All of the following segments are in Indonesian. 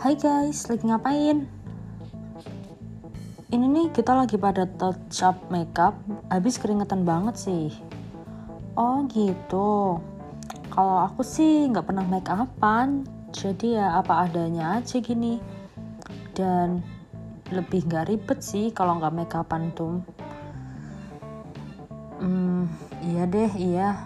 Hai guys, lagi ngapain? Ini nih kita lagi pada touch up makeup, habis keringetan banget sih. Oh gitu. Kalau aku sih nggak pernah make upan, jadi ya apa adanya aja gini. Dan lebih nggak ribet sih kalau nggak make upan tuh. Iya.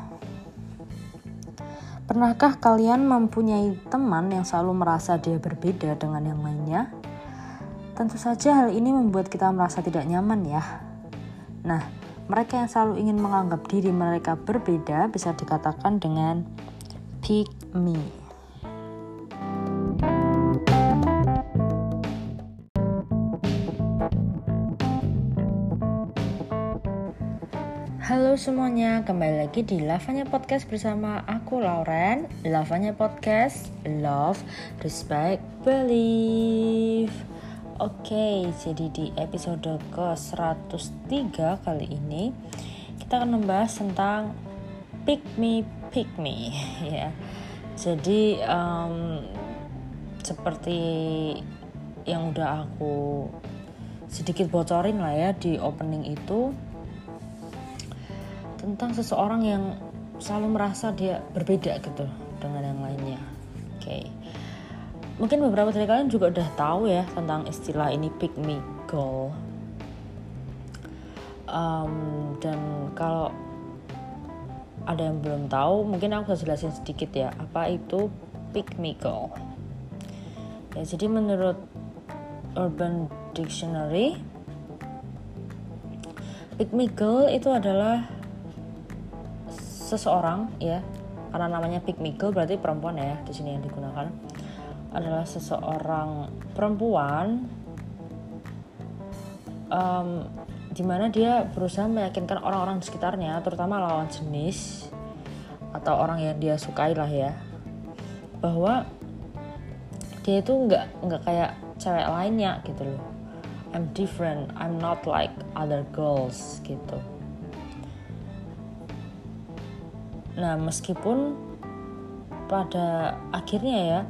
Pernahkah kalian mempunyai teman yang selalu merasa dia berbeda dengan yang lainnya? Tentu saja hal ini membuat kita merasa tidak nyaman ya. Nah, mereka yang selalu ingin menganggap diri mereka berbeda bisa dikatakan dengan pick me. Halo semuanya, kembali lagi di Lavanya Podcast bersama aku Lauren. Lavanya Podcast, Love, Respect, Believe. Oke, jadi di episode ke-103 kali ini kita akan membahas tentang pick me ya. Jadi seperti yang udah aku sedikit bocorin lah ya di opening itu, tentang seseorang yang selalu merasa dia berbeda gitu dengan yang lainnya. Oke. Mungkin beberapa dari kalian juga udah tahu ya tentang istilah ini pick me girl. Dan kalau ada yang belum tahu, mungkin aku bisa jelasin sedikit ya apa itu pick me girl. Ya, jadi menurut Urban Dictionary, pick me girl itu adalah seseorang ya, karena namanya pick me girl berarti perempuan ya di sini yang digunakan, adalah seseorang perempuan dimana dia berusaha meyakinkan orang-orang di sekitarnya, terutama lawan jenis atau orang yang dia sukai lah ya, bahwa dia itu nggak kayak cewek lainnya gitu loh. I'm different, I'm not like other girls gitu. Nah, meskipun pada akhirnya ya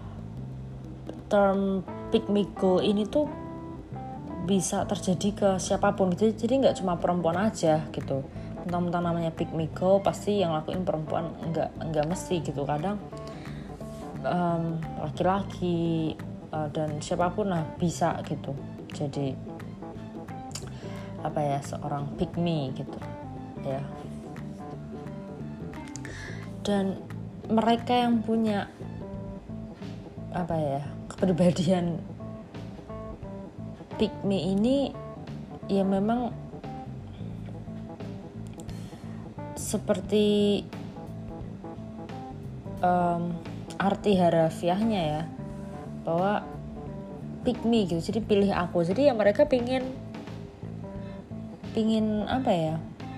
term pick me girl ini tuh bisa terjadi ke siapapun gitu, jadi nggak cuma perempuan aja gitu. Mentang-mentang namanya pick me girl pasti yang lakuin perempuan, nggak mesti gitu. Kadang laki-laki dan siapapun lah bisa gitu. Jadi apa ya, seorang pick me gitu ya. Dan mereka yang punya apa ya, kepribadian pick me ini ya memang seperti arti harafiahnya ya, bahwa pick me gitu, jadi pilih aku. Jadi ya mereka pingin apa ya,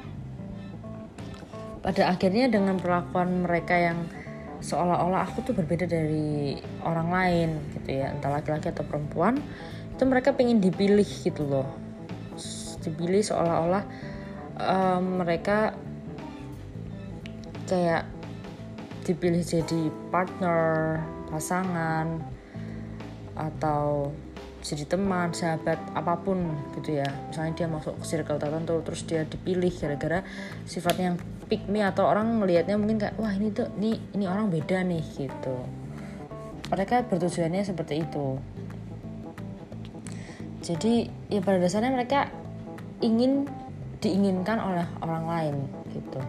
pada akhirnya dengan perlakuan mereka yang seolah-olah aku tuh berbeda dari orang lain gitu ya, entah laki-laki atau perempuan, itu mereka pengen dipilih gitu loh, dipilih seolah-olah mereka kayak dipilih jadi partner, pasangan, atau jadi teman, sahabat, apapun gitu ya. Misalnya dia masuk ke circle tertentu terus dia dipilih gara-gara sifatnya yang pick me, atau orang melihatnya mungkin kayak wah ini orang beda nih gitu. Mereka bertujuannya seperti itu. Jadi ya pada dasarnya mereka ingin diinginkan oleh orang lain gitu.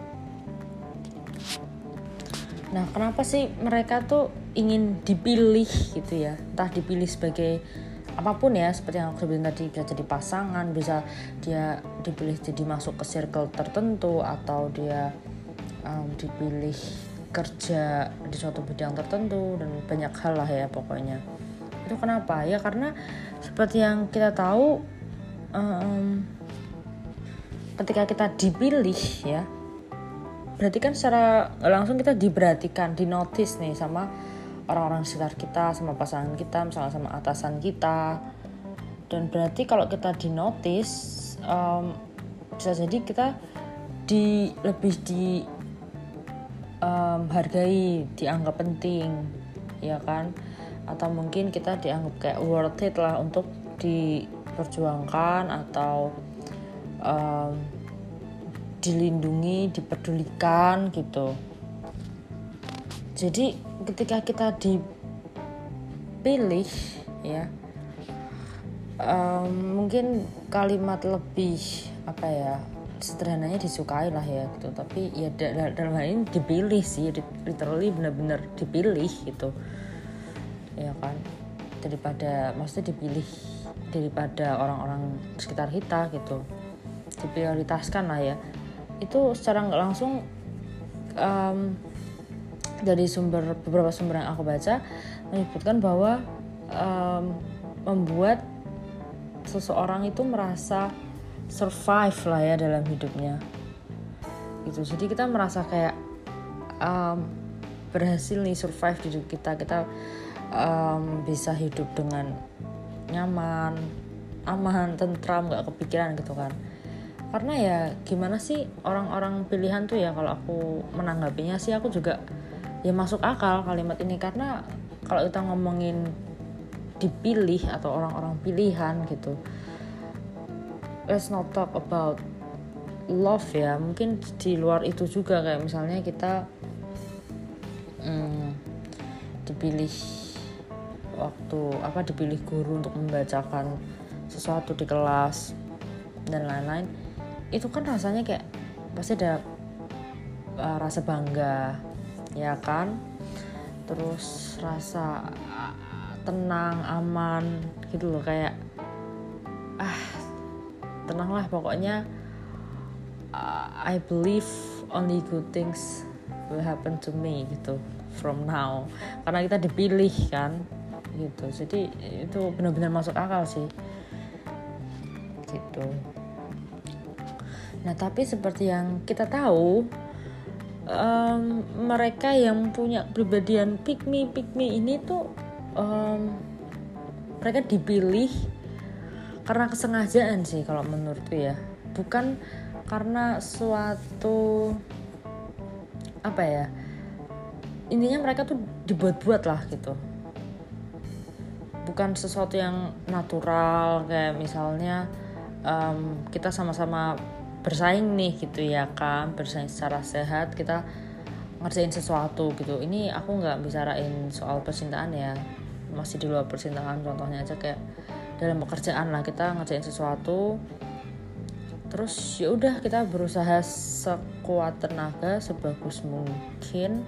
Nah, kenapa sih mereka tuh ingin dipilih gitu ya? Entah dipilih sebagai apapun ya, seperti yang aku sebutkan tadi, bisa jadi pasangan, bisa dia dipilih jadi masuk ke circle tertentu, atau dia dipilih kerja di suatu bidang tertentu, dan banyak hal lah ya pokoknya. Itu kenapa? Ya karena seperti yang kita tahu, ketika kita dipilih ya, berarti kan secara langsung kita diperhatikan, dinotis nih sama orang-orang sekitar kita, sama pasangan kita, misalnya sama atasan kita. Dan berarti kalau kita dinotis, bisa jadi kita lebih dihargai, dianggap penting, ya kan? atau mungkin kita dianggap kayak worth it lah untuk diperjuangkan atau dilindungi, dipedulikan gitu. Jadi ketika kita dipilih ya, mungkin kalimat lebih sederhananya disukai lah ya gitu, tapi ya dalam hal ini dipilih sih, literally benar-benar dipilih gitu ya kan, maksudnya dipilih daripada orang-orang sekitar kita gitu, diprioritaskan lah ya. Itu secara nggak langsung dari beberapa sumber yang aku baca menyebutkan bahwa membuat seseorang itu merasa survive lah ya dalam hidupnya gitu. Jadi kita merasa kayak berhasil nih survive di hidup kita bisa hidup dengan nyaman, aman, tentram, gak kepikiran gitu kan. Karena ya gimana sih orang-orang pilihan tuh ya, kalau aku menanggapinya sih aku juga ya masuk akal kalimat ini, karena kalau kita ngomongin dipilih atau orang-orang pilihan gitu, let's not talk about love ya, mungkin di luar itu juga, kayak misalnya kita dipilih dipilih guru untuk membacakan sesuatu di kelas dan lain-lain, itu kan rasanya kayak pasti ada rasa bangga ya kan, terus rasa tenang, aman gitu loh, kayak tenanglah pokoknya, I believe only good things will happen to me gitu from now, karena kita dipilih kan gitu. Jadi itu benar-benar masuk akal sih gitu. Nah tapi seperti yang kita tahu, mereka yang punya kepribadian pick me ini tuh mereka dipilih karena kesengajaan sih kalau menurutku ya, bukan karena suatu intinya mereka tuh dibuat-buat lah gitu, bukan sesuatu yang natural kayak misalnya kita sama-sama bersaing nih gitu ya kan, bersaing secara sehat, kita ngerjain sesuatu gitu. Ini aku nggak bicarain soal percintaan ya, masih di luar percintaan, contohnya aja kayak dalam pekerjaan lah, kita ngerjain sesuatu terus ya udah kita berusaha sekuat tenaga, sebagus mungkin,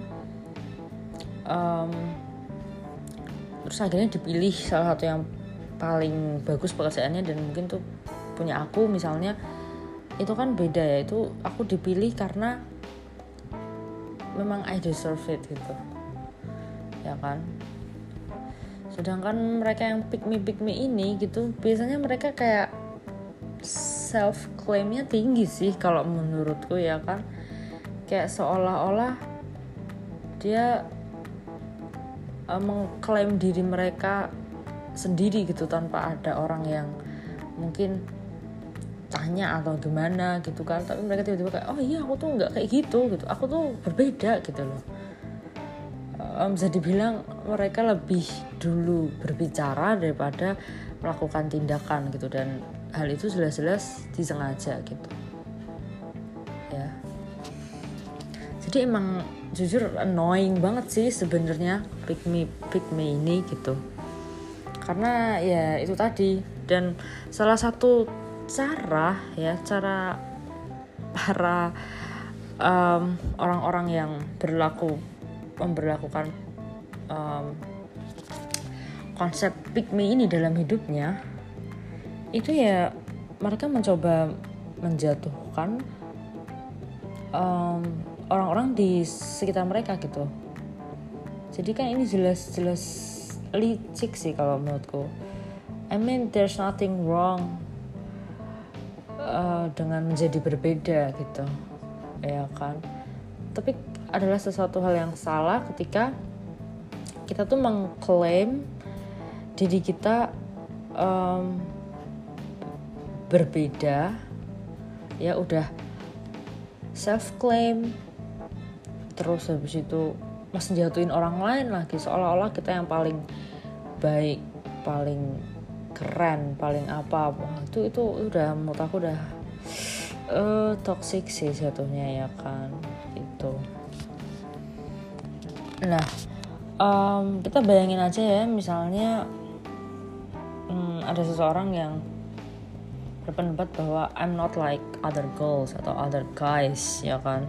terus akhirnya dipilih salah satu yang paling bagus pekerjaannya dan mungkin tuh punya aku misalnya. Itu kan beda ya, itu aku dipilih karena memang I deserve it gitu ya kan. Sedangkan mereka yang pick me ini gitu, biasanya mereka kayak self claimnya tinggi sih kalau menurutku ya kan, kayak seolah-olah dia mengklaim diri mereka sendiri gitu tanpa ada orang yang mungkin tanya atau gimana gitu kan. Tapi mereka tiba-tiba kayak, oh iya aku tuh nggak kayak gitu, aku tuh berbeda gitu loh. Bisa dibilang mereka lebih dulu berbicara daripada melakukan tindakan gitu, dan hal itu jelas-jelas disengaja gitu ya. Jadi emang jujur annoying banget sih sebenarnya pick me ini gitu, karena ya itu tadi. Dan salah satu cara para orang-orang yang memberlakukan konsep pick me ini dalam hidupnya itu ya, mereka mencoba menjatuhkan orang-orang di sekitar mereka gitu. Jadi kan ini jelas-jelas licik sih kalau menurutku. I mean there's nothing wrong dengan menjadi berbeda gitu ya kan, tapi adalah sesuatu hal yang salah ketika kita tuh mengklaim diri kita berbeda ya, udah self claim terus habis itu masih jatuhin orang lain lagi, seolah-olah kita yang paling baik, paling keren, paling apa. Itu udah menurut aku udah toxic sih jatuhnya ya kan gitu. Nah kita bayangin aja ya, misalnya ada seseorang yang berpendapat bahwa I'm not like other girls atau other guys ya kan.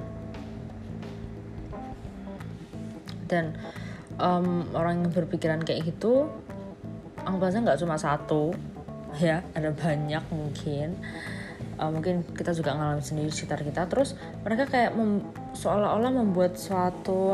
Dan orang yang berpikiran kayak gitu, anggapnya nggak cuma satu ya, ada banyak mungkin. Mungkin kita juga ngalamin sendiri di sekitar kita. Terus mereka kayak seolah-olah membuat suatu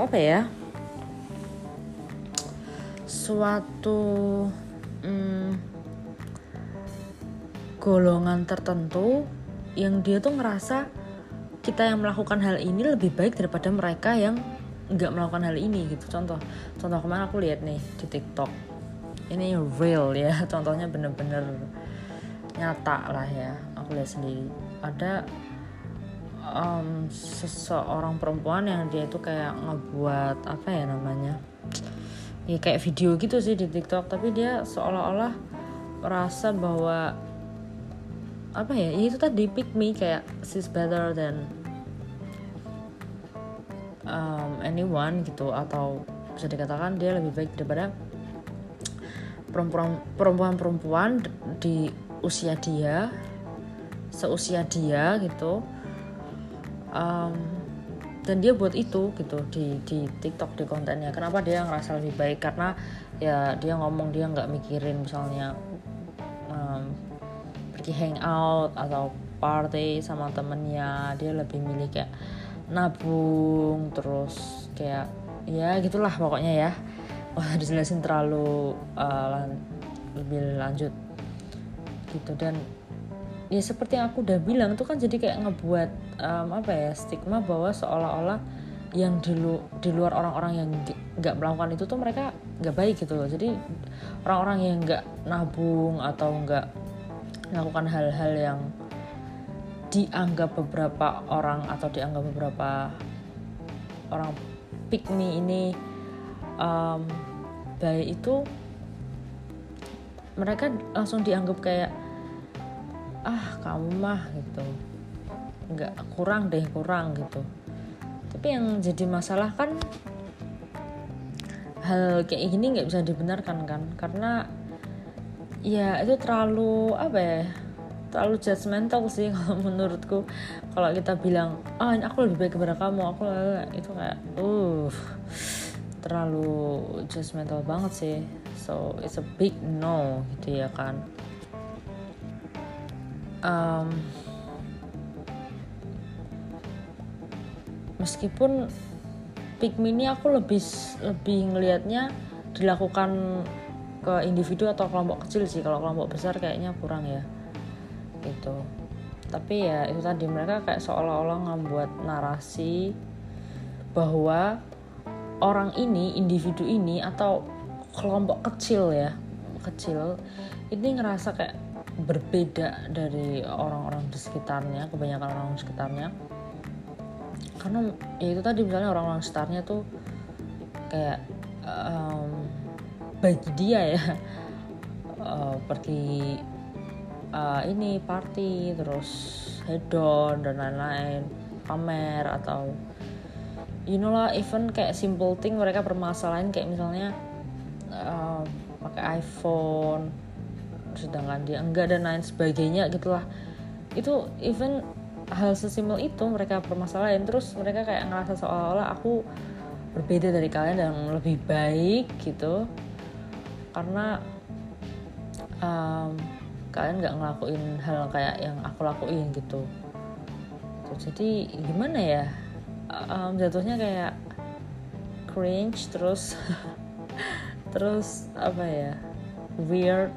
golongan tertentu yang dia tuh ngerasa kita yang melakukan hal ini lebih baik daripada mereka yang nggak melakukan hal ini gitu. Contoh kemarin aku lihat nih di TikTok, ini real ya, contohnya bener-bener nyata lah ya, aku lihat sendiri. Ada seseorang perempuan yang dia itu kayak ngebuat ya kayak video gitu sih di TikTok, tapi dia seolah-olah merasa bahwa itu tadi pick me, kayak she's better than anyone gitu, atau bisa dikatakan dia lebih baik daripada perempuan di usia dia, seusia dia gitu. Dan dia buat itu gitu di TikTok, di kontennya. Kenapa dia ngerasa lebih baik? Karena ya dia ngomong dia nggak mikirin misalnya pergi hangout atau party sama temennya, dia lebih milih kayak nabung, terus kayak ya gitulah pokoknya ya. Dijelasin terlalu lebih lanjut gitu. Dan ya seperti yang aku udah bilang, itu kan jadi kayak ngebuat stigma bahwa seolah-olah yang di luar orang-orang yang nggak melakukan itu tuh mereka nggak baik gitu loh. Jadi orang-orang yang nggak nabung atau nggak melakukan hal-hal yang dianggap beberapa orang atau dianggap beberapa orang pick me ini baik, itu mereka langsung dianggap kayak kamu mah gitu, nggak kurang gitu. Tapi yang jadi masalah kan hal kayak gini nggak bisa dibenarkan kan, karena ya itu terlalu judgmental sih kalau menurutku. Kalau kita bilang aku lebih baik kepada kamu, itu kayak terlalu judgmental banget sih. So it's a big no gitu ya kan. Meskipun pick me ini aku lebih ngelihatnya dilakukan ke individu atau kelompok kecil sih. Kalau kelompok besar kayaknya kurang ya gitu. Tapi ya itu tadi, mereka kayak seolah-olah ngebuat narasi bahwa orang ini, individu ini atau kelompok kecil ini ngerasa kayak berbeda dari orang-orang di sekitarnya, kebanyakan orang di sekitarnya. Karena ya itu tadi, misalnya orang-orang sekitarnya tuh kayak bagi dia ya pergi party, terus hedon dan lain-lain, pamer, atau even kayak simple thing mereka permasalahan, kayak misalnya pakai iPhone sedangkan dia enggak, dan lain sebagainya gitulah. Itu even hal sesimpel itu mereka permasalahan, terus mereka kayak ngerasa seolah-olah aku berbeda dari kalian dan lebih baik gitu karena kalian nggak ngelakuin hal kayak yang aku lakuin gitu. Jadi gimana ya, jatuhnya kayak cringe, terus weird,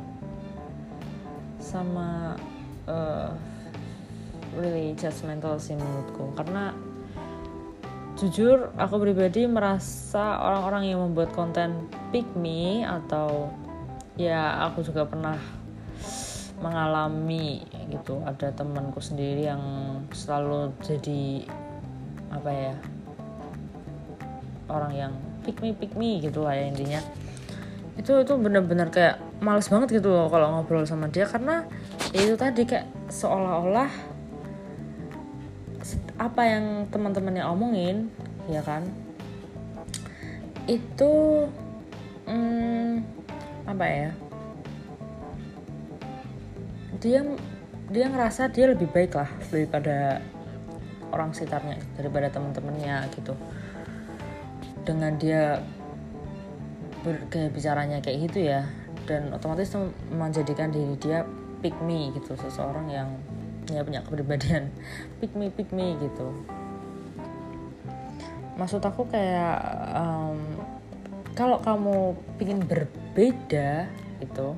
sama really judgmental sih menurutku. Karena jujur aku pribadi merasa orang-orang yang membuat konten pick me, atau ya aku juga pernah mengalami gitu, ada temanku sendiri yang selalu jadi orang yang pick me gitu lah ya intinya. itu benar-benar kayak males banget gitu loh kalau ngobrol sama dia, karena ya itu tadi kayak seolah-olah apa yang teman-temannya omongin ya kan itu apa ya, dia ngerasa dia lebih baik lah daripada orang sekitarnya, daripada teman-temannya gitu, dengan dia kayak bicaranya kayak gitu ya, dan otomatis menjadikan diri dia pick me gitu, seseorang yang ya punya kepribadian pick me gitu. Maksud aku kayak kalau kamu pingin berbeda gitu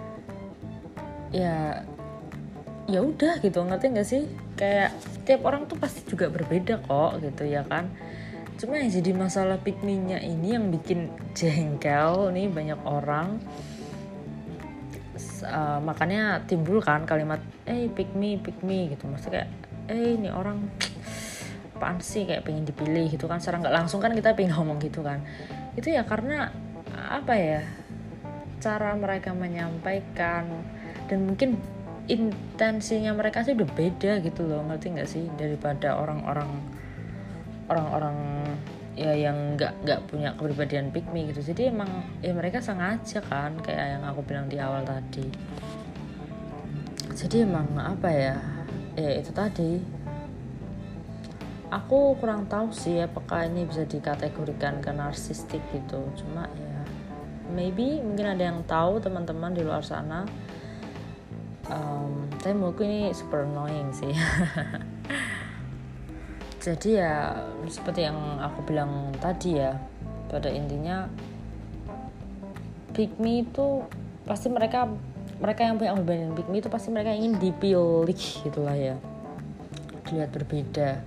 ya udah gitu, ngerti nggak sih, kayak tiap orang tuh pasti juga berbeda kok gitu ya kan. Cuma yang jadi masalah pick me-nya ini yang bikin jengkel nih banyak orang. Makanya timbul kan kalimat pick me gitu, maksudnya kayak ini orang apaan sih, kayak pengen dipilih gitu kan, secara nggak langsung kan kita pengen ngomong gitu kan. Itu ya karena apa ya, cara mereka menyampaikan dan mungkin intensinya mereka sih udah beda gitu loh, ngerti nggak sih, daripada orang-orang ya yang nggak punya kepribadian pick me gitu. Jadi emang ya mereka sengaja kan, kayak yang aku bilang di awal tadi. Jadi emang apa ya itu tadi, aku kurang tahu sih apakah ini bisa dikategorikan ke narsistik gitu. Cuma ya maybe mungkin ada yang tahu teman-teman di luar sana. Tapi menurutku ini super annoying sih. Jadi ya seperti yang aku bilang tadi ya, pada intinya pick me itu pasti mereka yang punya kepribadian pick me itu pasti mereka ingin dipilih gitulah ya, dilihat berbeda.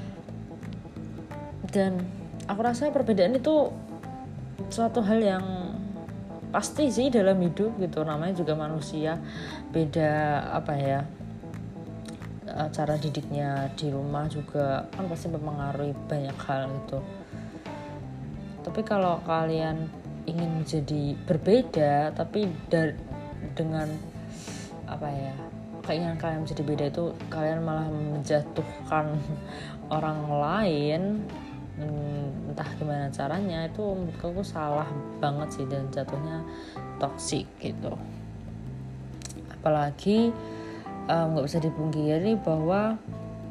Dan aku rasa perbedaan itu suatu hal yang pasti sih dalam hidup gitu, namanya juga manusia, beda apa ya, cara didiknya di rumah juga kan pasti mempengaruhi banyak hal gitu. Tapi kalau kalian ingin menjadi berbeda tapi dengan apa ya, keinginan kalian menjadi beda itu kalian malah menjatuhkan orang lain, entah gimana caranya, itu menurutku salah banget sih, dan jatuhnya toksik gitu. Apalagi nggak bisa dipungkiri bahwa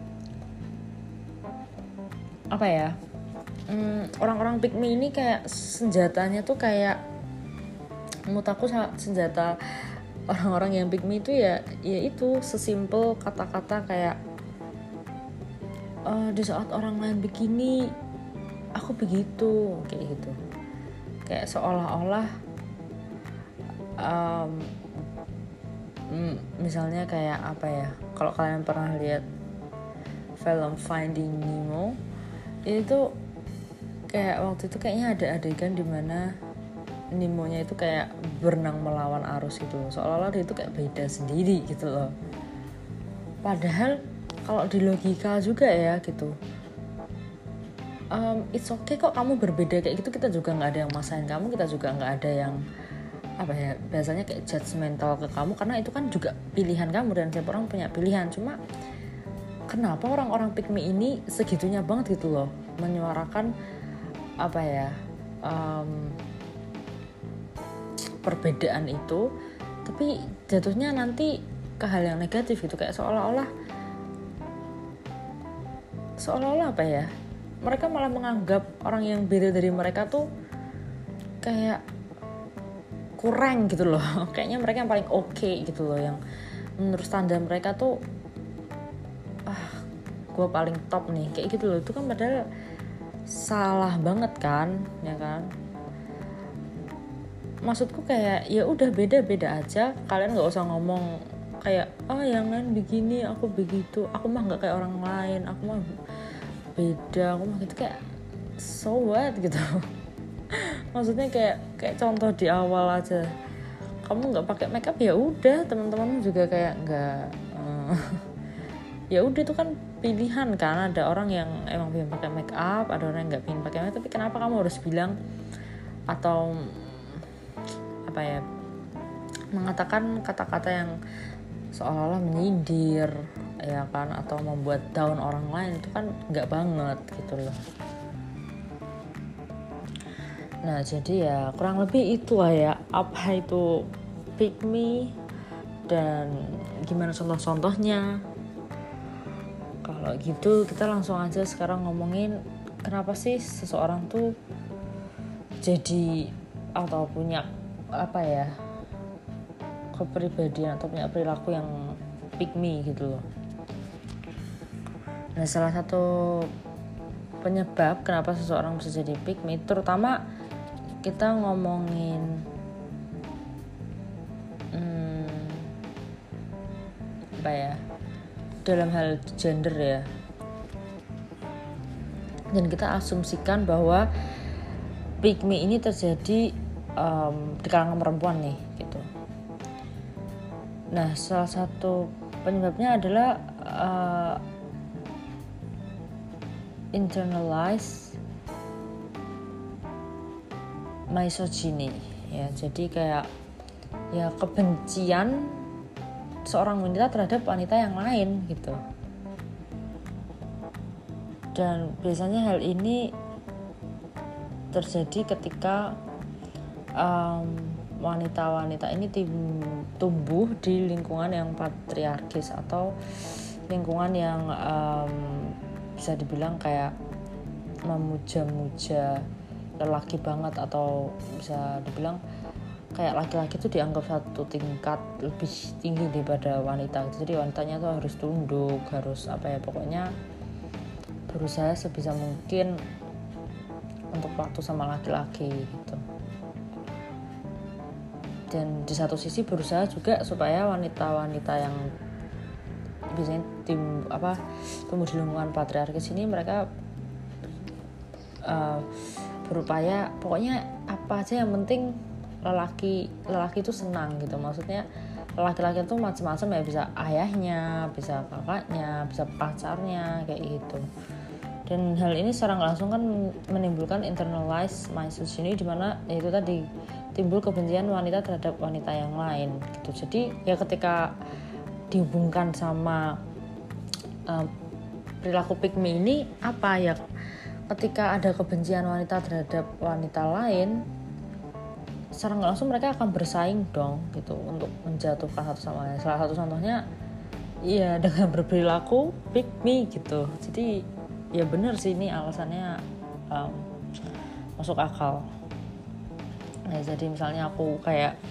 apa ya, orang-orang pick me ini kayak senjatanya tuh kayak, menurut aku senjata orang-orang yang pick me itu ya itu sesimpel kata-kata kayak di saat orang lain begini aku begitu, kayak gitu. Kayak seolah-olah misalnya kayak apa ya, kalau kalian pernah lihat film Finding Nemo, itu kayak waktu itu kayaknya ada adegan dimana Nemo-nya itu kayak berenang melawan arus gitu loh, seolah-olah dia itu kayak beda sendiri gitu loh. Padahal kalau di logika juga ya gitu, it's okay kok kamu berbeda kayak gitu, kita juga nggak ada yang masain kamu, kita juga nggak ada yang apa ya, biasanya kayak judgmental ke kamu, karena itu kan juga pilihan kamu dan setiap orang punya pilihan. Cuma kenapa orang-orang pick me ini segitunya banget gitu loh menyuarakan apa ya, perbedaan itu, tapi jatuhnya nanti ke hal yang negatif gitu, kayak seolah-olah apa ya, mereka malah menganggap orang yang beda dari mereka tuh kayak kurang gitu loh. Kayaknya mereka yang paling oke gitu loh, yang menurut standar mereka tuh gue paling top nih, kayak gitu loh. Itu kan padahal salah banget kan, ya kan. Maksudku kayak ya udah beda-beda aja, kalian nggak usah ngomong kayak yang lain begini aku begitu, aku mah nggak kayak orang lain, aku mah beda, aku mah gitu, kayak so what gitu. Maksudnya kayak contoh di awal aja, kamu nggak pakai makeup ya udah, teman-temanmu juga kayak nggak ya udah, itu kan pilihan kan. Ada orang yang emang pengen pakai makeup, ada orang yang nggak pengen pakai makeup, tapi kenapa kamu harus bilang atau mengatakan kata-kata yang seolah-olah menyindir ya kan, atau membuat down orang lain, itu kan nggak banget gitu loh. Nah jadi ya kurang lebih itu lah ya, apa itu pick me dan gimana contoh-contohnya. Kalau gitu kita langsung aja sekarang ngomongin kenapa sih seseorang tuh jadi atau punya kepribadian atau punya perilaku yang pick me gitu loh. Nah salah satu penyebab kenapa seseorang bisa jadi pick me, terutama kita ngomongin dalam hal gender ya, dan kita asumsikan bahwa pick me ini terjadi di kalangan perempuan nih gitu. Nah salah satu penyebabnya adalah internalized misogyny ya, jadi kayak ya kebencian seorang wanita terhadap wanita yang lain gitu. Dan biasanya hal ini terjadi ketika wanita-wanita ini tumbuh di lingkungan yang patriarkis atau lingkungan yang bisa dibilang kayak memuja-muja lelaki banget, atau bisa dibilang kayak laki-laki itu dianggap satu tingkat lebih tinggi daripada wanita gitu. Jadi wanitanya tuh harus tunduk, harus pokoknya berusaha sebisa mungkin untuk waktu sama laki-laki gitu. Dan di satu sisi berusaha juga supaya wanita-wanita yang biasanya tumbuh di lingkungan patriarkis ini, mereka berupaya pokoknya apa aja yang penting lelaki itu senang gitu. Maksudnya laki-laki itu macam-macam ya, bisa ayahnya, bisa kakaknya, bisa pacarnya kayak gitu. Dan hal ini secara langsung kan menimbulkan internalized misogyny, di mana itu tadi timbul kebencian wanita terhadap wanita yang lain gitu. Jadi ya ketika dihubungkan sama perilaku pick me ini ketika ada kebencian wanita terhadap wanita lain, secara nggak langsung mereka akan bersaing dong gitu untuk menjatuhkan satu sama lain. Salah satu contohnya ya dengan berperilaku pick me gitu. Jadi ya benar sih, ini alasannya masuk akal. Nah jadi misalnya aku kayak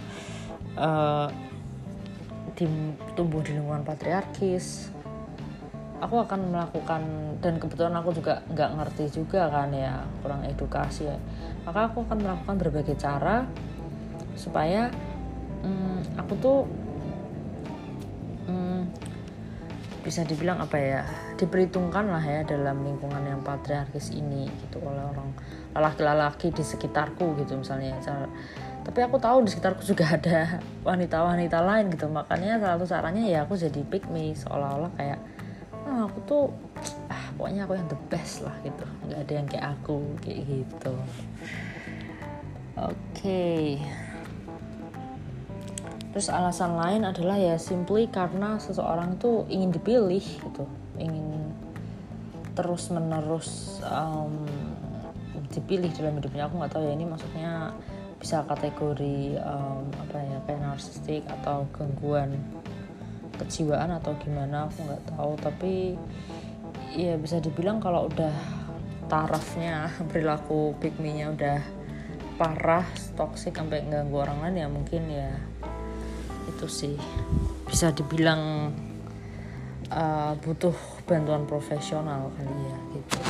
tumbuh di lingkungan patriarkis, aku akan melakukan, dan kebetulan aku juga nggak ngerti juga kan ya, kurang edukasi ya, maka aku akan melakukan berbagai cara supaya aku tuh bisa dibilang diperhitungkan lah ya dalam lingkungan yang patriarkis ini gitu, oleh orang laki-laki di sekitarku gitu misalnya. Tapi aku tahu di sekitarku juga ada wanita-wanita lain gitu, makanya salah satu caranya ya aku jadi pick me, seolah-olah kayak aku tuh pokoknya aku yang the best lah gitu, nggak ada yang kayak aku kayak gitu. Oke. Terus alasan lain adalah ya simply karena seseorang tuh ingin dipilih gitu, ingin terus menerus dipilih dalam hidupnya. Aku nggak tahu ya ini maksudnya bisa kategori kayak narsistik atau gangguan kejiwaan atau gimana, aku nggak tahu. Tapi ya bisa dibilang kalau udah tarafnya perilaku pick me-nya udah parah, toksik sampai ganggu orang lain, ya mungkin ya itu sih bisa dibilang butuh bantuan profesional kali ya gitu.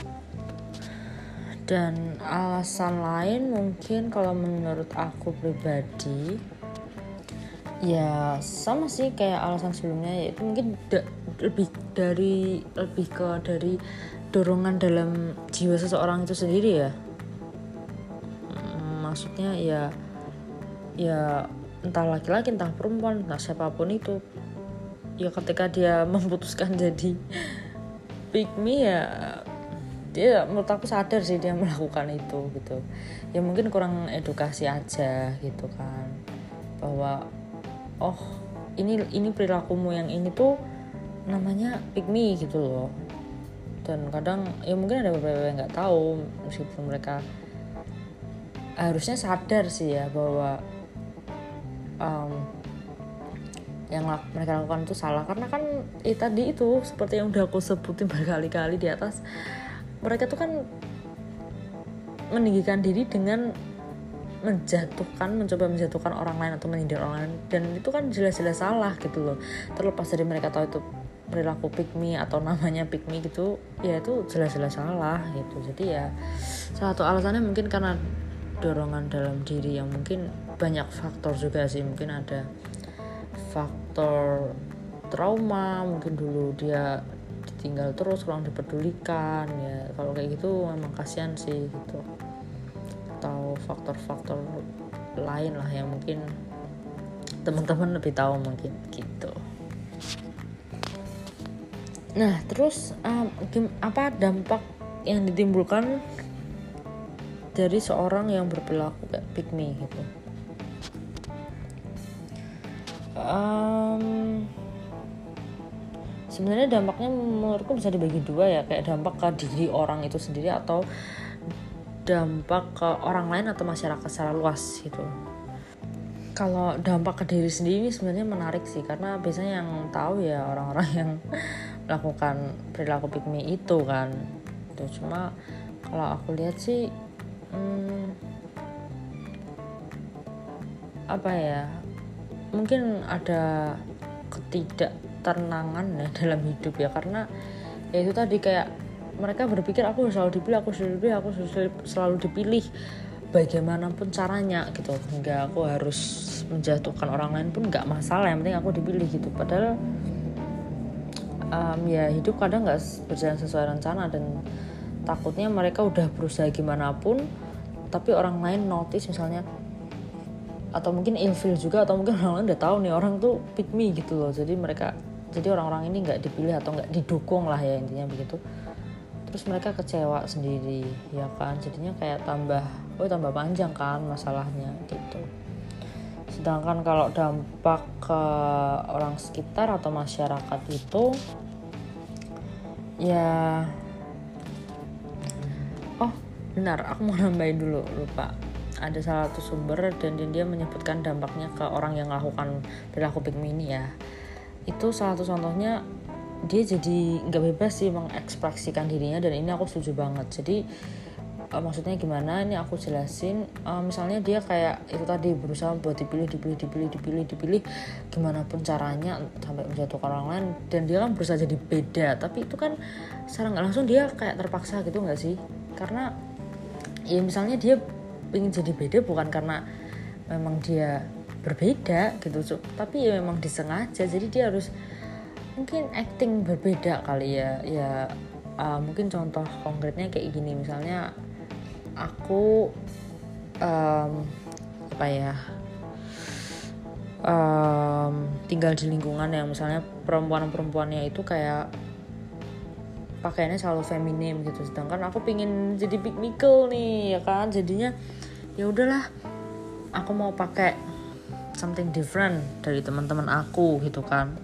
Dan alasan lain mungkin kalau menurut aku pribadi ya sama sih kayak alasan sebelumnya, yaitu mungkin lebih dari dorongan dalam jiwa seseorang itu sendiri ya. Maksudnya ya entah laki-laki, entah perempuan, entah siapapun itu, ya ketika dia memutuskan jadi pick me ya dia menurut aku sadar sih dia melakukan itu gitu. Ya mungkin kurang edukasi aja gitu kan, bahwa oh ini perilakumu yang ini tuh namanya pick me gitu loh. Dan kadang ya mungkin ada beberapa yang nggak tahu, meskipun mereka harusnya sadar sih ya bahwa yang mereka lakukan itu salah. Karena kan tadi itu seperti yang udah aku sebutin berkali-kali di atas, mereka tuh kan meninggikan diri dengan mencoba menjatuhkan orang lain atau menyindir orang lain, dan itu kan jelas-jelas salah gitu loh. Terlepas dari mereka tahu itu perilaku pick me atau namanya pick me gitu, ya itu jelas-jelas salah gitu. Jadi ya salah satu alasannya mungkin karena dorongan dalam diri yang mungkin banyak faktor juga sih. Mungkin ada faktor trauma, mungkin dulu dia ditinggal terus, kurang dipedulikan ya. Kalau kayak gitu memang kasihan sih gitu. Atau faktor-faktor lain lah yang mungkin teman-teman lebih tahu mungkin gitu. Nah terus apa dampak yang ditimbulkan dari seorang yang berperilaku kayak pick me gitu? Sebenarnya dampaknya menurutku bisa dibagi dua ya, kayak dampak ke diri orang itu sendiri atau dampak ke orang lain atau masyarakat secara luas gitu. Kalau dampak ke diri sendiri ini sebenarnya menarik sih, karena biasanya yang tahu ya orang-orang yang melakukan perilaku pick me itu kan. Itu cuma kalau aku lihat sih apa ya, mungkin ada ketidaktenangan ya dalam hidup ya, karena ya itu tadi kayak mereka berpikir aku selalu selalu dipilih bagaimanapun caranya gitu, hingga aku harus menjatuhkan orang lain pun nggak masalah, yang penting aku dipilih gitu. Padahal ya hidup kadang nggak berjalan sesuai rencana, dan takutnya mereka udah berusaha gimana pun tapi orang lain notice misalnya, atau mungkin ilfeel juga, atau mungkin orang lain udah tahu nih orang tuh pick me gitu loh. Jadi orang-orang ini nggak dipilih atau nggak didukung lah ya, intinya begitu. Terus mereka kecewa sendiri ya kan, jadinya kayak tambah panjang kan masalahnya gitu. Sedangkan kalau dampak ke orang sekitar atau masyarakat itu ya, benar, aku mau nambahin dulu, lupa. Ada salah satu sumber dan dia menyebutkan dampaknya ke orang yang melakukan perilaku pick me ini ya. Itu salah satu contohnya, dia jadi nggak bebas sih mengekspresikan dirinya, dan ini aku setuju banget. Jadi maksudnya gimana, ini aku jelasin. Misalnya dia kayak itu tadi berusaha buat dipilih gimana pun caranya sampai menjatuhkan orang lain, dan dia kan berusaha jadi beda, tapi itu kan secara nggak langsung dia kayak terpaksa gitu nggak sih? Karena ya misalnya dia ingin jadi beda bukan karena memang dia berbeda gitu, tapi ya memang disengaja. Jadi dia harus mungkin acting berbeda kali ya. Mungkin contoh konkretnya kayak gini, misalnya aku tinggal di lingkungan yang misalnya perempuannya itu kayak pakaiannya selalu feminim gitu, sedangkan aku pingin jadi big Michael nih ya kan. Jadinya ya udahlah, aku mau pakai something different dari teman-teman aku gitu kan.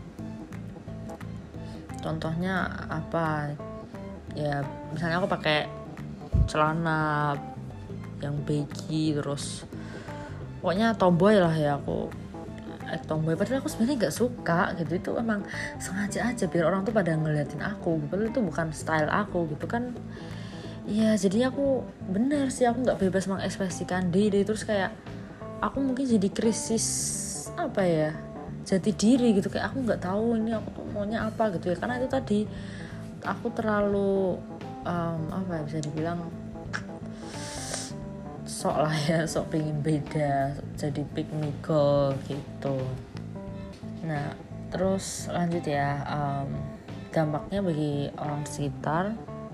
Contohnya apa ya, misalnya aku pakai celana yang baggy, terus pokoknya tomboy lah ya, aku tomboy, padahal aku sebenarnya nggak suka gitu. Itu emang sengaja aja biar orang tuh pada ngeliatin aku, padahal itu bukan style aku gitu kan. Ya jadinya aku bener sih, aku nggak bebas mengekspresikan diri. Terus kayak aku mungkin jadi krisis apa ya, jati diri gitu, kayak aku nggak tahu ini aku tuh maunya apa gitu ya. Karena itu tadi aku terlalu bisa dibilang sok pengen beda, jadi pick me girl gitu. Nah terus lanjut ya, dampaknya bagi orang sekitar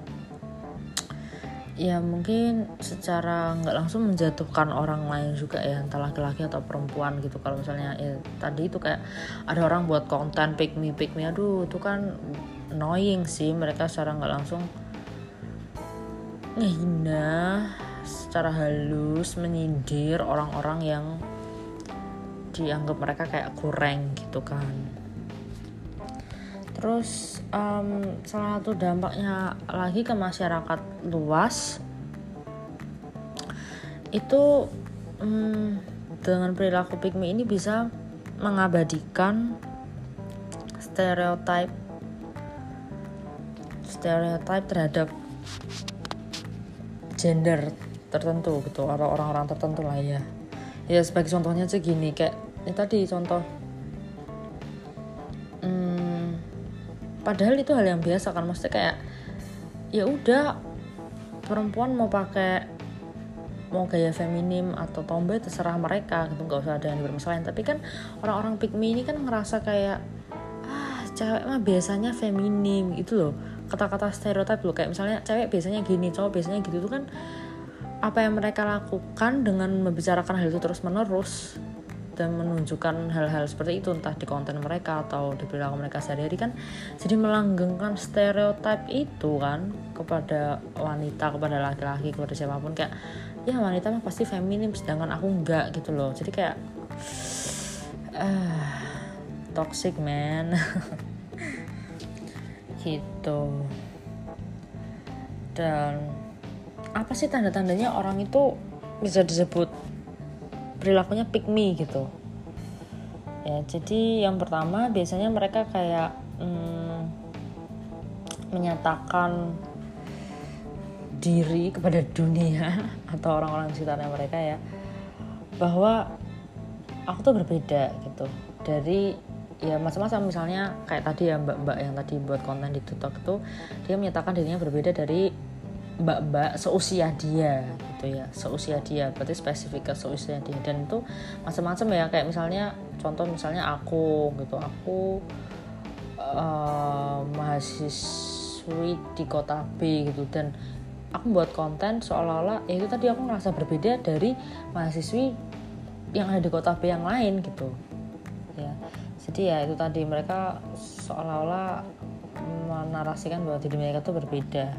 ya mungkin secara nggak langsung menjatuhkan orang lain juga ya, entah laki-laki atau perempuan gitu. Kalau misalnya tadi itu kayak ada orang buat konten pick me, aduh itu kan annoying sih. Mereka secara nggak langsung ngehina secara halus, menyindir orang-orang yang dianggap mereka kayak kurang gitu kan. Terus salah satu dampaknya lagi ke masyarakat luas itu dengan perilaku pick me ini bisa mengabadikan stereotip terhadap gender tertentu gitu, atau orang-orang tertentu lah ya. Ya sebagai contohnya aja gini, kayak tadi contoh padahal itu hal yang biasa kan, maksudnya kayak ya udah perempuan mau gaya feminim atau tomboy terserah mereka gitu, nggak usah ada yang bermasalahin. Tapi kan orang-orang pick me ini kan ngerasa kayak cewek mah biasanya feminim gitu loh, kata-kata stereotip loh, kayak misalnya cewek biasanya gini, cowok biasanya gitu. Itu kan apa yang mereka lakukan dengan membicarakan hal itu terus menerus dan menunjukkan hal-hal seperti itu, entah di konten mereka atau di perilaku mereka sehari-hari, kan jadi melanggengkan stereotip itu kan kepada wanita, kepada laki-laki, kepada siapapun, kayak ya wanita mah pasti feminim sedangkan aku enggak gitu loh. Jadi kayak toxic man gitu. Dan apa sih tanda-tandanya orang itu bisa disebut perilakunya pick me gitu ya? Jadi yang pertama biasanya mereka kayak menyatakan diri kepada dunia atau orang-orang di sekitarnya mereka ya, bahwa aku tuh berbeda gitu dari ya macam-macam. Misalnya kayak tadi ya mbak-mbak yang tadi buat konten di TikTok itu, dia menyatakan dirinya berbeda dari mbak-mbak seusia dia gitu ya, seusia dia, berarti spesifik ke seusia dia. Dan itu macam-macam ya, kayak misalnya contoh misalnya aku gitu, aku mahasiswi di kota B gitu, dan aku buat konten seolah-olah ya itu tadi aku ngerasa berbeda dari mahasiswi yang ada di kota B yang lain gitu ya. Jadi ya itu tadi, mereka seolah-olah menarasikan bahwa diri mereka tuh berbeda.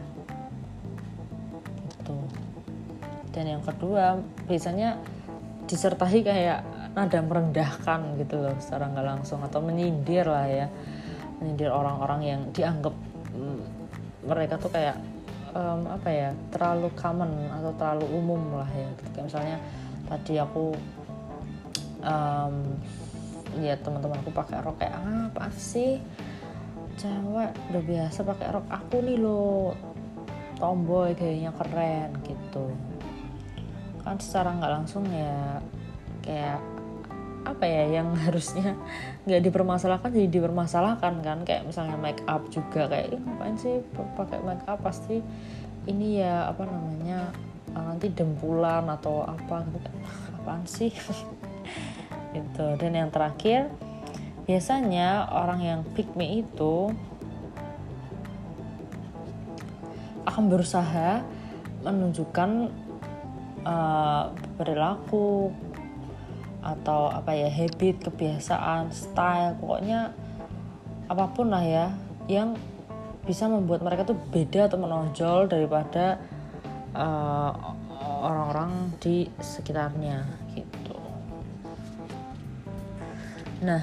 Dan yang kedua biasanya disertai kayak nada merendahkan gitu loh secara nggak langsung, atau menyindir lah ya, menyindir orang-orang yang dianggap mereka tuh kayak terlalu common atau terlalu umum lah ya gitu. Kayak misalnya tadi aku lihat teman-temanku pakai rok, kayak apa sih cewek udah biasa pakai rok, aku nih loh tomboy gayanya keren gitu kan. Secara nggak langsung ya kayak apa ya, yang harusnya nggak dipermasalahkan jadi dipermasalahkan kan. Kayak misalnya make up juga, kayak ngapain sih pakai make up, pasti ini ya nanti dempulan atau apa gitu, apaan sih gitu. Dan yang terakhir biasanya orang yang pick me itu akan berusaha menunjukkan perilaku atau habit, kebiasaan, style, pokoknya apapun lah ya yang bisa membuat mereka tuh beda atau menonjol daripada orang-orang di sekitarnya gitu. Nah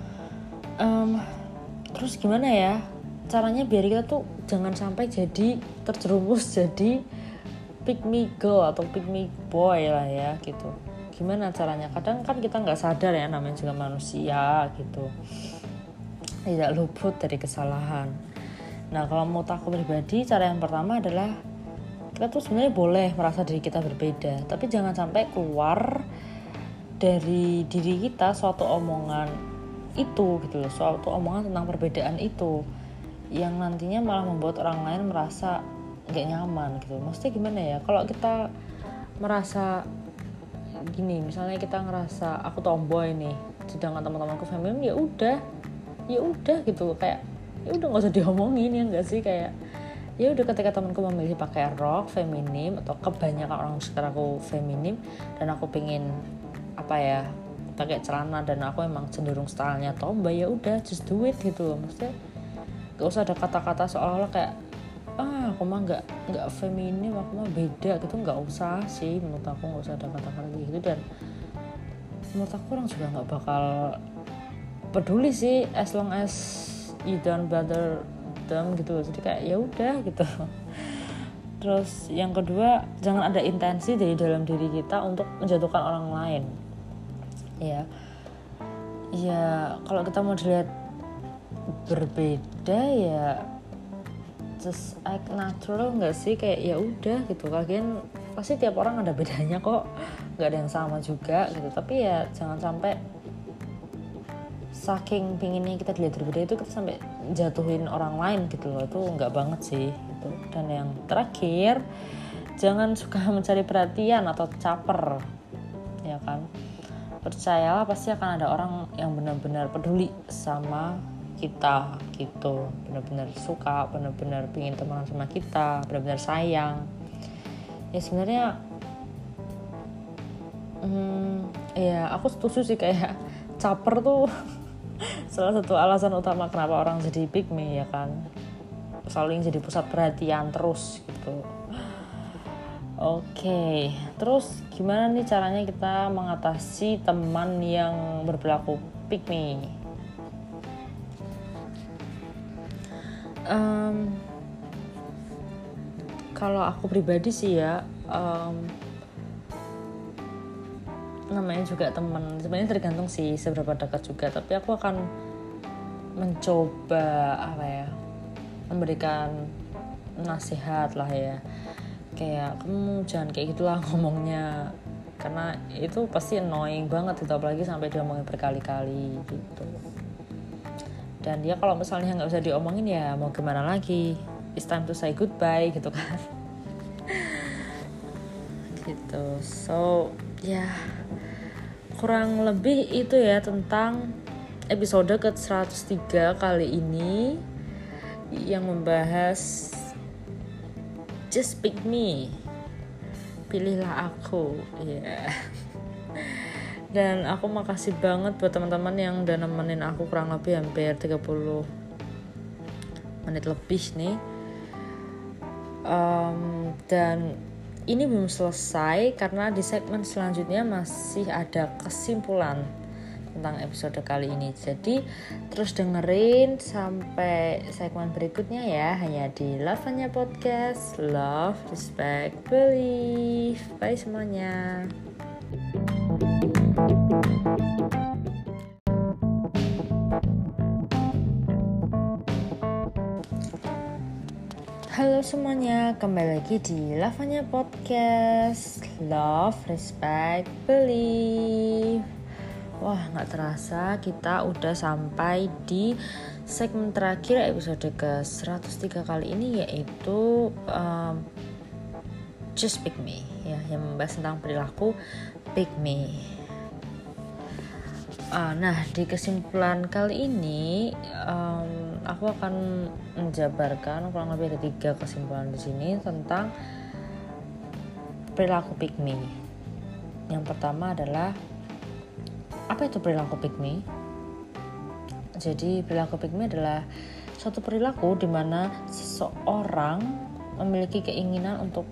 terus gimana ya caranya biar kita tuh jangan sampai jadi terjerumus jadi pick me girl atau pick me boy lah ya gitu. Gimana caranya? Kadang kan kita nggak sadar ya, namanya juga manusia gitu, tidak luput dari kesalahan. Nah kalau menurut aku pribadi, cara yang pertama adalah kita tuh sebenarnya boleh merasa diri kita berbeda, tapi jangan sampai keluar dari diri kita suatu omongan itu gitu loh, suatu omongan tentang perbedaan itu yang nantinya malah membuat orang lain merasa nggak nyaman gitu. Maksudnya gimana ya, kalau kita merasa gini, misalnya kita ngerasa aku tomboy nih sedangkan teman-temanku feminim, ya udah gitu, kayak ya udah nggak usah diomongin ya nggak sih. Kayak ya udah, ketika temanku memilih pakai rok feminim atau kebanyakan orang sekitar aku feminim dan aku pingin pakai celana dan aku emang cenderung stylenya tomboy, ya udah just do it gitu loh. Maksudnya gak usah ada kata-kata seolah-olah kayak aku mah nggak feminim, aku mah beda gitu, nggak usah sih menurut aku, nggak usah ada kata-kata gitu. Dan menurut aku orang juga nggak bakal peduli sih as long as you don't bother them gitu. Jadi kayak ya udah gitu. Terus yang kedua, jangan ada intensi dari dalam diri kita untuk menjatuhkan orang lain. Ya kalau kita mau dilihat berbeda ya just act natural nggak sih, kayak ya udah gitu. Kalian pasti tiap orang ada bedanya kok, nggak ada yang sama juga gitu. Tapi ya jangan sampai saking pinginnya kita dilihat berbeda itu kita sampai jatuhin orang lain gitu loh, itu nggak banget sih gitu. Dan yang terakhir, jangan suka mencari perhatian atau caper, ya kan. Percayalah pasti akan ada orang yang benar-benar peduli sama kita gitu, benar-benar suka, benar-benar pingin teman sama kita, benar-benar sayang. Ya sebenarnya ya aku setuju sih, kayak caper tuh salah satu alasan utama kenapa orang jadi pick me, ya kan. Selalu jadi pusat perhatian terus gitu. Oke, terus gimana nih caranya kita mengatasi teman yang berperilaku pick me? Kalau aku pribadi sih ya, namanya juga teman, sebenarnya tergantung sih seberapa dekat juga. Tapi aku akan mencoba memberikan nasihat lah ya, kayak kamu jangan kayak gitulah ngomongnya, karena itu pasti annoying banget gitu, apalagi sampai diomongin berkali-kali gitu. Dan dia kalau misalnya nggak bisa diomongin ya mau gimana lagi, it's time to say goodbye gitu kan. Gitu. So ya kurang lebih itu ya tentang episode ke-103 kali ini yang membahas just pick me, pilihlah aku, ya. Dan aku makasih banget buat teman-teman yang udah nemenin aku kurang lebih hampir 30 menit lebih nih. Dan ini belum selesai karena di segmen selanjutnya masih ada kesimpulan tentang episode kali ini. Jadi terus dengerin sampai segmen berikutnya ya, hanya di Lavanya Podcast. Love, respect, believe. Bye semuanya. Halo semuanya, kembali lagi di Lavanya Podcast. Love, respect, believe. Wah, gak terasa kita udah sampai di segmen terakhir episode ke-103 kali ini, yaitu Just Pick Me ya, yang membahas tentang perilaku pick me. Nah, di kesimpulan kali ini aku akan menjabarkan kurang lebih ada 3 kesimpulan di sini tentang perilaku pick me. Yang pertama adalah, apa itu perilaku pick me? Jadi perilaku pick me adalah suatu perilaku di mana seseorang memiliki keinginan untuk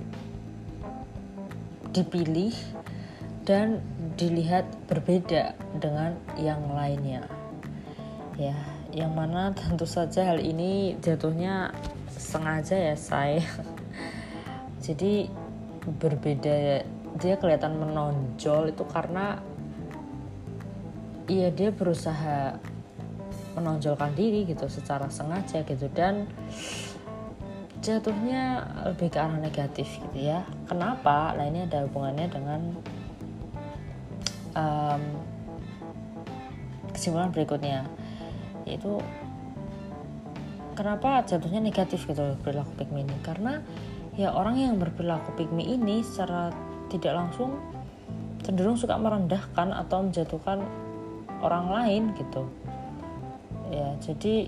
dipilih dan dilihat berbeda dengan yang lainnya. Ya, yang mana tentu saja hal ini jatuhnya sengaja ya saya. Jadi berbeda, dia kelihatan menonjol itu karena iya dia berusaha menonjolkan diri gitu secara sengaja gitu, dan jatuhnya lebih ke arah negatif gitu ya. Kenapa? Nah, ini ada hubungannya dengan kesimpulan berikutnya, yaitu kenapa jatuhnya negatif gitu perilaku pick me ini. Karena ya orang yang berperilaku pick me ini secara tidak langsung cenderung suka merendahkan atau menjatuhkan orang lain gitu ya. Jadi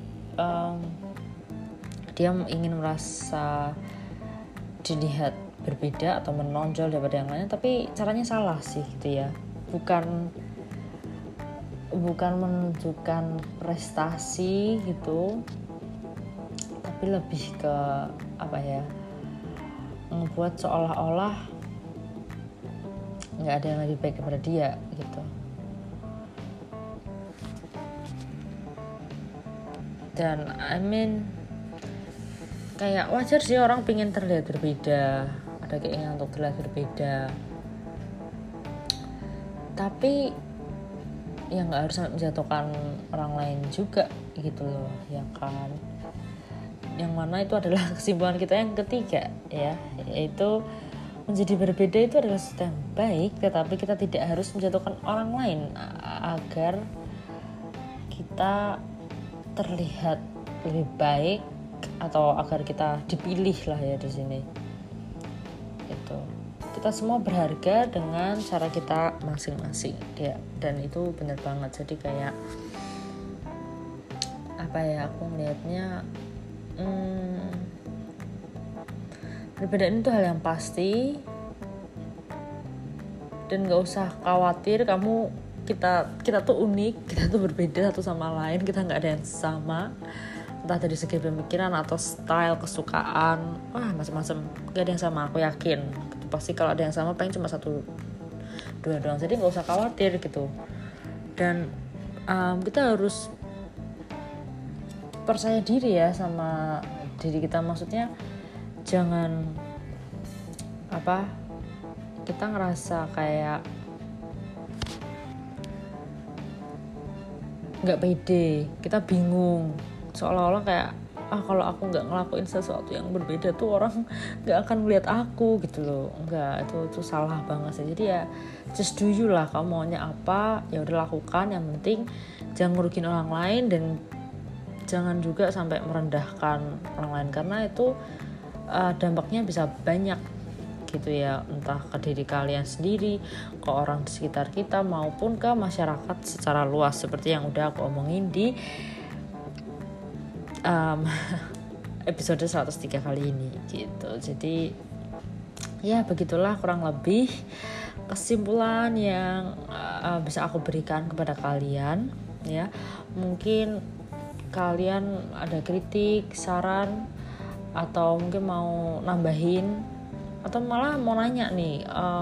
dia ingin merasa dilihat berbeda atau menonjol daripada yang lainnya, tapi caranya salah sih gitu ya. Bukan menunjukkan prestasi gitu, tapi lebih ke ngebuat seolah-olah nggak ada yang lebih baik daripada dia gitu. Dan kayak wajar sih orang pengen terlihat berbeda, ada keinginan untuk terlihat berbeda, tapi ya nggak harus menjatuhkan orang lain juga gitu loh, ya kan. Yang mana itu adalah kesimpulan kita yang ketiga ya, yaitu menjadi berbeda itu adalah sesuatu yang baik, tetapi kita tidak harus menjatuhkan orang lain agar kita terlihat lebih baik atau agar kita dipilih lah ya di sini. Itu kita semua berharga dengan cara kita masing-masing ya, dan itu benar banget. Jadi kayak aku melihatnya perbedaan itu hal yang pasti, dan nggak usah khawatir kita tuh unik, kita tuh berbeda satu sama lain, kita nggak ada yang sama, entah dari segi pemikiran atau style, kesukaan, macam-macam, nggak ada yang sama. Aku yakin gitu. Pasti kalau ada yang sama paling cuma 1-2 doang, jadi nggak usah khawatir gitu. Dan kita harus percaya diri ya sama diri kita, maksudnya jangan kita ngerasa kayak nggak pede, kita bingung, seolah-olah kayak kalau aku nggak ngelakuin sesuatu yang berbeda tuh orang nggak akan melihat aku gitu loh. Enggak, itu salah banget sih. Jadi ya just do you lah, kamu maunya apa ya udah lakukan, yang penting jangan ngerugiin orang lain dan jangan juga sampai merendahkan orang lain, karena itu dampaknya bisa banyak gitu ya, entah ke diri kalian sendiri, ke orang di sekitar kita, maupun ke masyarakat secara luas, seperti yang udah aku omongin di episode 103 kali ini gitu. Jadi ya begitulah kurang lebih kesimpulan yang bisa aku berikan kepada kalian ya. Mungkin kalian ada kritik, saran, atau mungkin mau nambahin, atau malah mau nanya nih,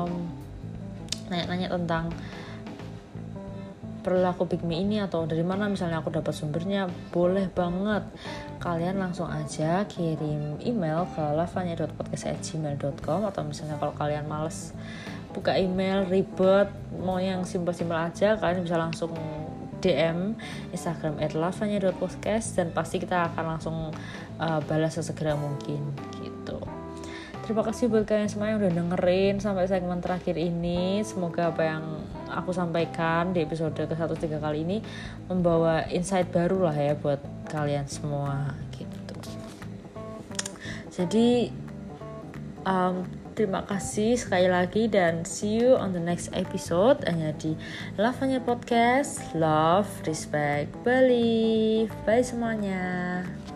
nanya tentang perilaku pick me ini, atau dari mana misalnya aku dapat sumbernya, boleh banget kalian langsung aja kirim email ke lavanya.podcast@gmail.com, atau misalnya kalau kalian males buka email, ribet, mau yang simpel-simpel aja, kalian bisa langsung DM Instagram @lavanya.podcast, dan pasti kita akan langsung balas sesegera mungkin gitu. Terima kasih buat kalian semua yang udah dengerin sampai segmen terakhir ini. Semoga apa yang aku sampaikan di episode ke-103 kali ini membawa insight baru lah ya buat kalian semua gitu. Jadi terima kasih sekali lagi, dan see you on the next episode hanya di Lavanya Podcast. Love, respect, believe. Bye semuanya.